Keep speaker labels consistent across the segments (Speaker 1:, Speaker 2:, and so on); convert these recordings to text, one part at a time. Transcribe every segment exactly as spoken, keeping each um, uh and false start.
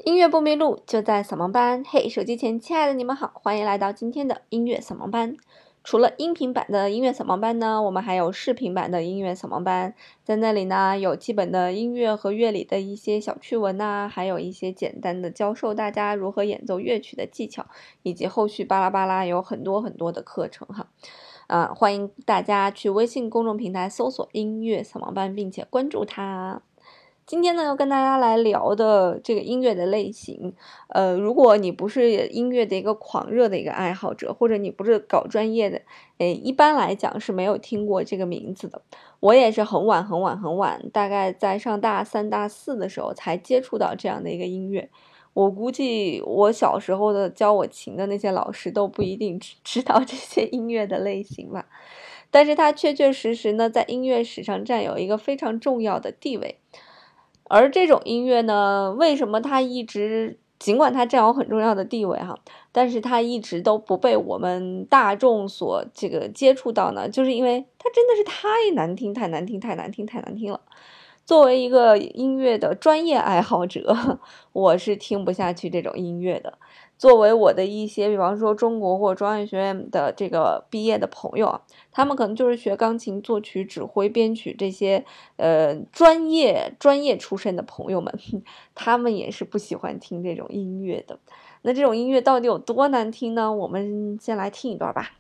Speaker 1: 音乐不迷路，就在扫盲班。嘿，手机前亲爱的你们好，欢迎来到今天的音乐扫盲班。除了音频版的音乐扫盲班呢，我们还有视频版的音乐扫盲班。在那里呢，有基本的音乐和乐理的一些小趣闻呐、啊，还有一些简单的教授大家如何演奏乐曲的技巧，以及后续巴拉巴拉有很多很多的课程哈。啊，欢迎大家去微信公众平台搜索音乐扫盲班，并且关注它。今天呢，要跟大家来聊的这个音乐的类型，呃，如果你不是音乐的一个狂热的一个爱好者，或者你不是搞专业的，诶，一般来讲是没有听过这个名字的。我也是很晚很晚很晚，大概在上大三大四的时候才接触到这样的一个音乐。我估计我小时候的教我琴的那些老师都不一定知道这些音乐的类型吧，但是它确确实实呢，在音乐史上占有一个非常重要的地位。而这种音乐呢，为什么它一直尽管它占有很重要的地位哈，但是它一直都不被我们大众所这个接触到呢？就是因为它真的是太难听、太难听、太难听、太难听了。作为一个音乐的专业爱好者，我是听不下去这种音乐的。作为我的一些，比方说中国或者中央音乐学院的这个毕业的朋友啊，他们可能就是学钢琴、作曲、指挥、编曲这些，呃，专业专业出身的朋友们，他们也是不喜欢听这种音乐的。那这种音乐到底有多难听呢？我们先来听一段吧。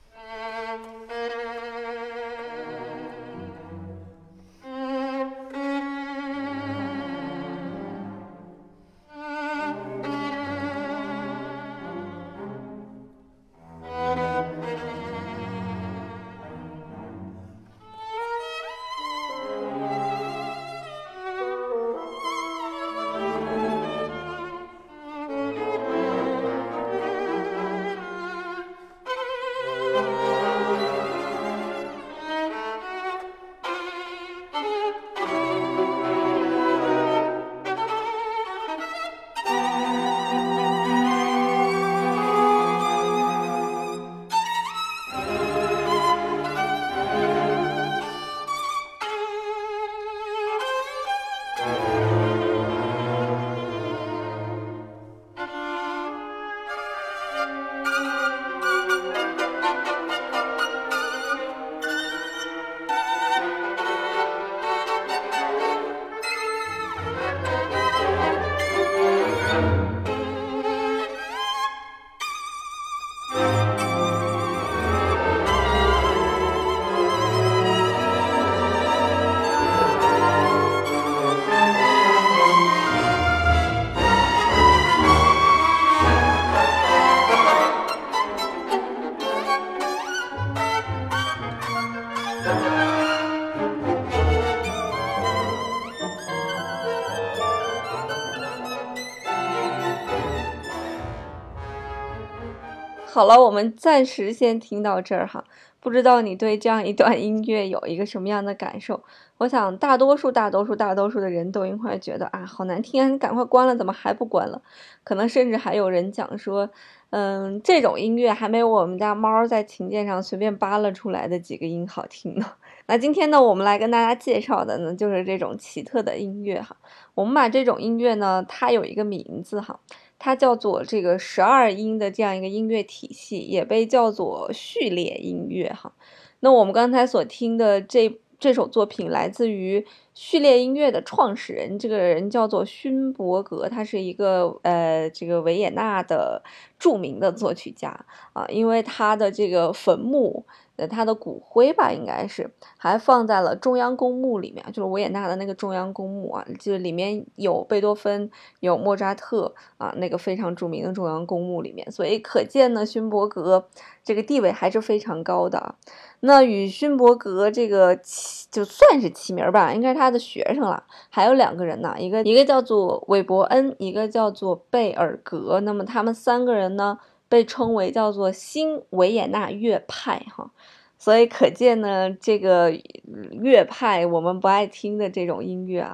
Speaker 1: 好了，我们暂时先听到这儿哈。不知道你对这样一段音乐有一个什么样的感受？我想大多数、大多数、大多数的人都应该觉得啊，好难听啊！你赶快关了，怎么还不关了？可能甚至还有人讲说，嗯，这种音乐还没有我们家猫在琴键上随便扒拉出来的几个音好听呢。那今天呢，我们来跟大家介绍的呢，就是这种奇特的音乐哈。我们把这种音乐呢，它有一个名字哈。它叫做这个十二音的这样一个音乐体系，也被叫做序列音乐哈。那我们刚才所听的这这首作品来自于序列音乐的创始人，这个人叫做勋伯格，他是一个呃这个维也纳的著名的作曲家啊，因为他的这个坟墓。呃，他的骨灰吧，应该是还放在了中央公墓里面，就是维也纳的那个中央公墓啊，就是里面有贝多芬，有莫扎特啊，那个非常著名的中央公墓里面，所以可见呢，勋伯格这个地位还是非常高的啊。那与勋伯格这个就算是齐名吧，应该是他的学生了，还有两个人呢，一个一个叫做韦伯恩，一个叫做贝尔格，那么他们三个人呢，被称为叫做新维也纳乐派哈。所以可见呢，这个乐派我们不爱听的这种音乐啊，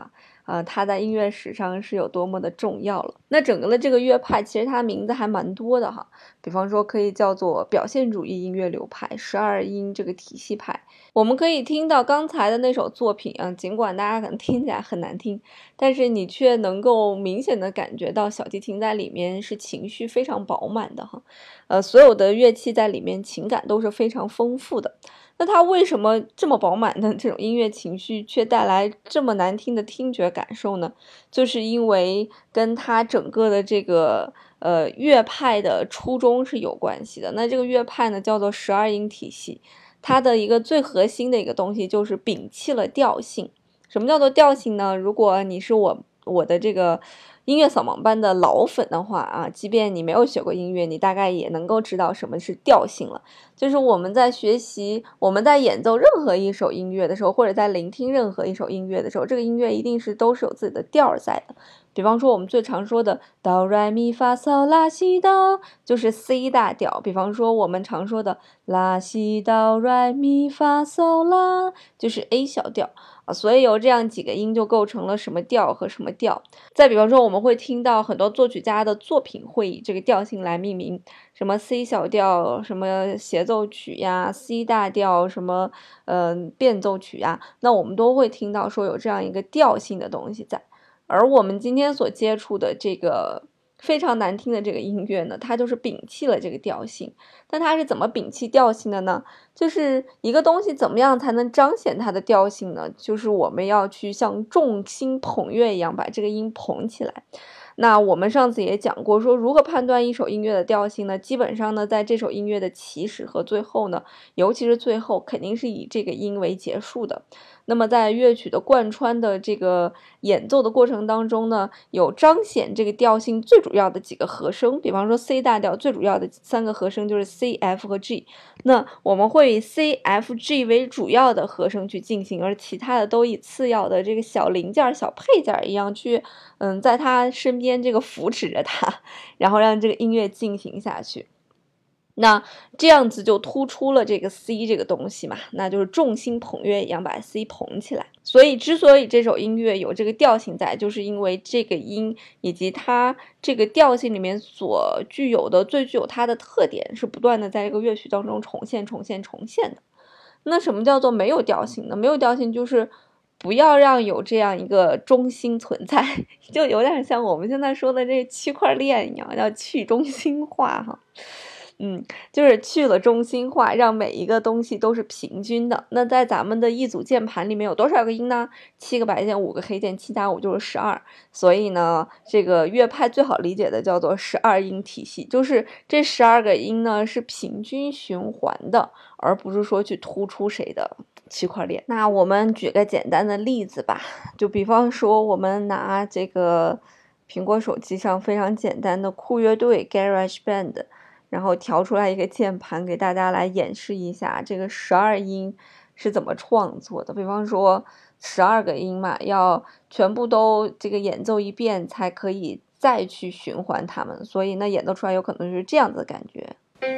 Speaker 1: 呃，它在音乐史上是有多么的重要了。那整个的这个乐派其实它名字还蛮多的哈，比方说可以叫做表现主义音乐流派、十二音这个体系派。我们可以听到刚才的那首作品啊，尽管大家可能听起来很难听，但是你却能够明显的感觉到小提琴在里面是情绪非常饱满的哈，呃，所有的乐器在里面情感都是非常丰富的。那它为什么这么饱满的这种音乐情绪却带来这么难听的听觉感受呢？就是因为跟它整个的这个呃乐派的初衷是有关系的。那这个乐派呢叫做十二音体系，它的一个最核心的一个东西就是摒弃了调性。什么叫做调性呢？如果你是我我的这个音乐扫盲班的老粉的话啊，即便你没有学过音乐，你大概也能够知道什么是调性了。就是我们在学习，我们在演奏任何一首音乐的时候，或者在聆听任何一首音乐的时候，这个音乐一定是都是有自己的调在的。比方说我们最常说的哆来咪发嗦拉西哆，就是 C 大调。比方说我们常说的拉西哆来咪发嗦拉，就是 A 小调啊。所以由这样几个音就构成了什么调和什么调。再比方说我们会听到很多作曲家的作品会以这个调性来命名，什么 C 小调，什么协奏曲呀 ，C 大调，什么嗯、呃、变奏曲呀，那我们都会听到说有这样一个调性的东西在。而我们今天所接触的这个非常难听的这个音乐呢，它就是摒弃了这个调性。但它是怎么摒弃调性的呢？就是一个东西怎么样才能彰显它的调性呢？就是我们要去像众星捧月一样把这个音捧起来。那我们上次也讲过，说如何判断一首音乐的调性呢？基本上呢，在这首音乐的起始和最后呢，尤其是最后，肯定是以这个音为结束的。那么在乐曲的贯穿的这个演奏的过程当中呢，有彰显这个调性最主要的几个和声，比方说 C 大调最主要的三个和声就是 C、F 和 G。那我们会以 C、F、G 为主要的和声去进行，而其他的都以次要的这个小零件、小配件一样去，嗯，在他身边这个扶持着他，然后让这个音乐进行下去。那这样子就突出了这个 C 这个东西嘛，那就是众星捧月一样把 C 捧起来。所以之所以这首音乐有这个调性在，就是因为这个音以及它这个调性里面所具有的最具有它的特点是不断的在这个乐曲当中重现重现重现的。那什么叫做没有调性呢？没有调性就是不要让有这样一个中心存在，就有点像我们现在说的这区块链一样，叫去中心化哈。嗯，就是去了中心化，让每一个东西都是平均的。那在咱们的一组键盘里面有多少个音呢？七个白键，五个黑键，七加五就是十二。所以呢，这个乐派最好理解的叫做十二音体系，就是这十二个音呢是平均循环的，而不是说去突出谁的区块链。那我们举个简单的例子吧，就比方说我们拿这个苹果手机上非常简单的酷乐队 GarageBand。然后调出来一个键盘给大家来演示一下这个十二音是怎么创作的。比方说十二个音嘛，要全部都这个演奏一遍才可以再去循环它们，所以呢演奏出来有可能是这样子的感觉。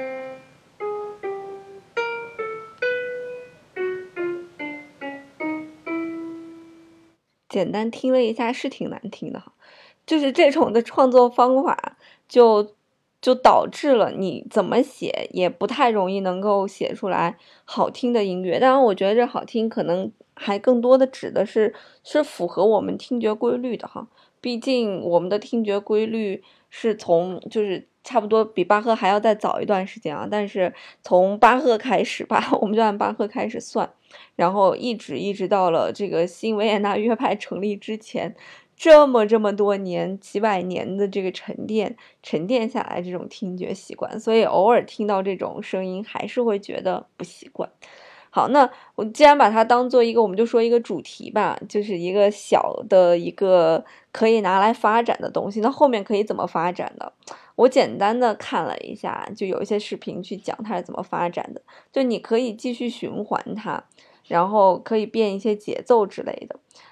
Speaker 1: 简单听了一下是挺难听的哈，就是这种的创作方法就就导致了你怎么写也不太容易能够写出来好听的音乐。当然我觉得这好听可能还更多的指的是是符合我们听觉规律的哈，毕竟我们的听觉规律是从就是差不多比巴赫还要再早一段时间啊，但是从巴赫开始吧，我们就按巴赫开始算，然后一直一直到了这个新维也纳乐派成立之前，这么这么多年几百年的这个沉淀沉淀下来这种听觉习惯，所以偶尔听到这种声音还是会觉得不习惯。好，那我既然把它当做一个，我们就说一个主题吧，就是一个小的一个可以拿来发展的东西。那后面可以怎么发展呢？我简单的看了一下，就有一些视频去讲它是怎么发展的。就你可以继续循环它，然后可以变一些节奏之类的。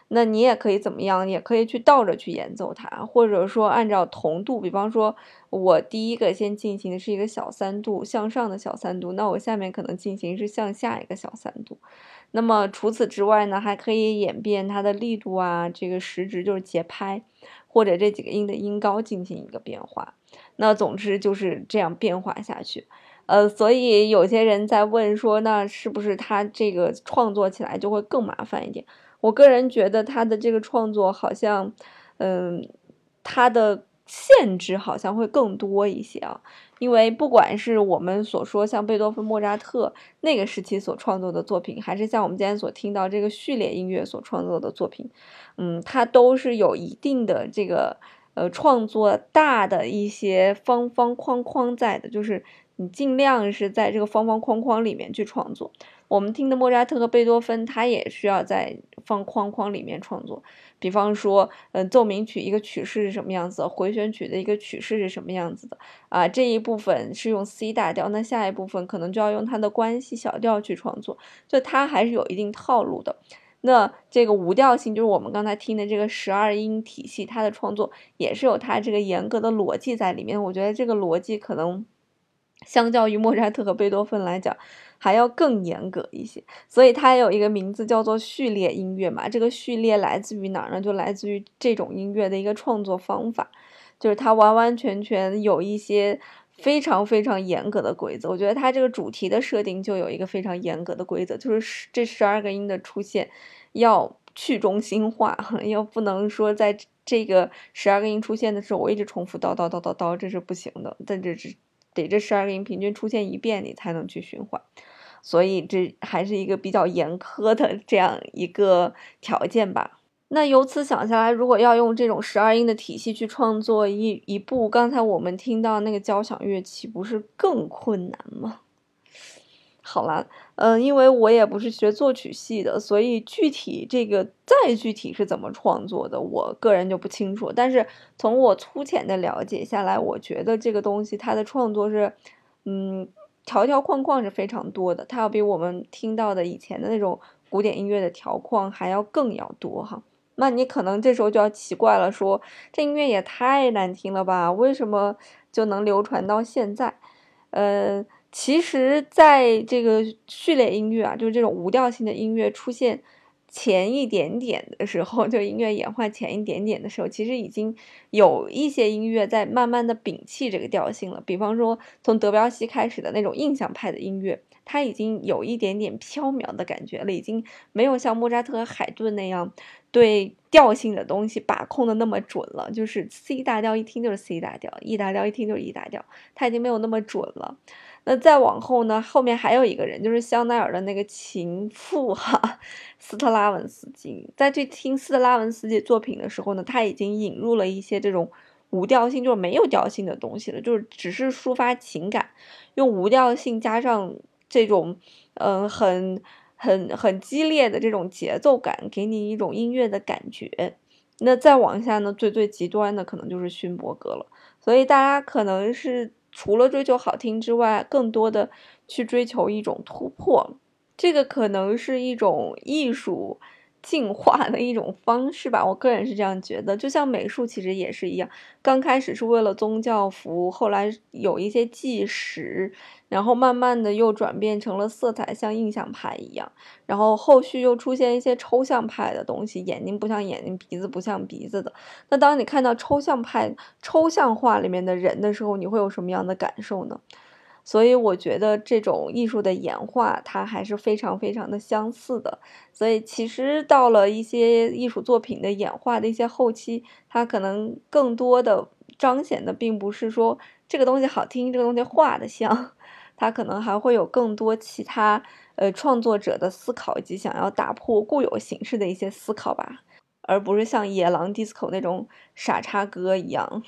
Speaker 1: 那你也可以怎么样？也可以去倒着去演奏它，或者说按照同度，比方说我第一个先进行的是一个小三度向上的小三度，那我下面可能进行是向下一个小三度。那么除此之外呢，还可以演变它的力度啊，这个时值就是节拍，或者这几个音的音高进行一个变化。那总之就是这样变化下去。呃，所以有些人在问说，那是不是他这个创作起来就会更麻烦一点？我个人觉得他的这个创作好像，嗯，他的限制好像会更多一些啊。因为不管是我们所说像贝多芬、莫扎特那个时期所创作的作品，还是像我们今天所听到这个序列音乐所创作的作品，嗯，它都是有一定的这个呃创作大的一些方方框框在的，就是你尽量是在这个方方框框里面去创作。我们听的莫扎特和贝多芬，他也需要在方框框里面创作。比方说，嗯、呃，奏鸣曲一个曲式是什么样子的，回旋曲的一个曲式是什么样子的啊？这一部分是用 C 大调，那下一部分可能就要用它的关系小调去创作，就它还是有一定套路的。那这个无调性，就是我们刚才听的这个十二音体系，它的创作也是有它这个严格的逻辑在里面。我觉得这个逻辑可能相较于莫扎特和贝多芬来讲，还要更严格一些，所以它有一个名字叫做序列音乐嘛。这个序列来自于哪儿呢？就来自于这种音乐的一个创作方法，就是它完完全全有一些非常非常严格的规则。我觉得它这个主题的设定就有一个非常严格的规则，就是这十二个音的出现要去中心化，要不能说在这个十二个音出现的时候我一直重复叨叨叨叨叨，这是不行的。但这是得这十二个音平均出现一遍你才能去循环，所以这还是一个比较严苛的这样一个条件吧。那由此想下来，如果要用这种十二音的体系去创作一一部刚才我们听到那个交响乐，岂不是更困难吗？好了，嗯，因为我也不是学作曲系的，所以具体这个再具体是怎么创作的，我个人就不清楚。但是从我粗浅的了解下来，我觉得这个东西它的创作是，嗯，条条框框是非常多的，它要比我们听到的以前的那种古典音乐的条框还要更要多哈。那你可能这时候就要奇怪了，说这音乐也太难听了吧？为什么就能流传到现在？呃。其实在这个序列音乐啊，就是这种无调性的音乐出现前一点点的时候，就音乐演化前一点点的时候，其实已经有一些音乐在慢慢的摒弃这个调性了。比方说从德彪西开始的那种印象派的音乐，它已经有一点点飘渺的感觉了，已经没有像莫扎特和海顿那样对调性的东西把控的那么准了，就是 C 大调一听就是 C 大调，E 大调一听就是 E 大调，它已经没有那么准了。那再往后呢，后面还有一个人，就是香奈儿的那个情妇哈，斯特拉文斯基。在去听斯特拉文斯基作品的时候呢，他已经引入了一些这种无调性，就是没有调性的东西了，就是只是抒发情感，用无调性加上这种嗯、呃、很很很激烈的这种节奏感，给你一种音乐的感觉。那再往下呢，最最极端的可能就是勋伯格了。所以大家可能是除了追求好听之外，更多的去追求一种突破，这个可能是一种艺术进化的一种方式吧，我个人是这样觉得。就像美术其实也是一样，刚开始是为了宗教服务，后来有一些纪实，然后慢慢的又转变成了色彩，像印象派一样，然后后续又出现一些抽象派的东西，眼睛不像眼睛，鼻子不像鼻子的。那当你看到抽象派抽象画里面的人的时候，你会有什么样的感受呢？所以我觉得这种艺术的演化，它还是非常非常的相似的。所以其实到了一些艺术作品的演化的一些后期，它可能更多的彰显的并不是说这个东西好听，这个东西画的像，它可能还会有更多其他呃创作者的思考以及想要打破固有形式的一些思考吧，而不是像野狼 disco 那种傻叉歌一样。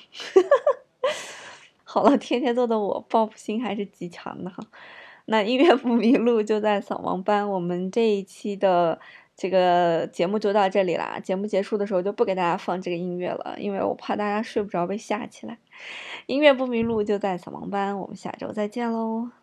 Speaker 1: 好了，天蝎座的我报复心还是极强的哈。那音乐不迷路就在扫盲班，我们这一期的这个节目就到这里啦。节目结束的时候就不给大家放这个音乐了，因为我怕大家睡不着被吓起来。音乐不迷路就在扫盲班，我们下周再见喽。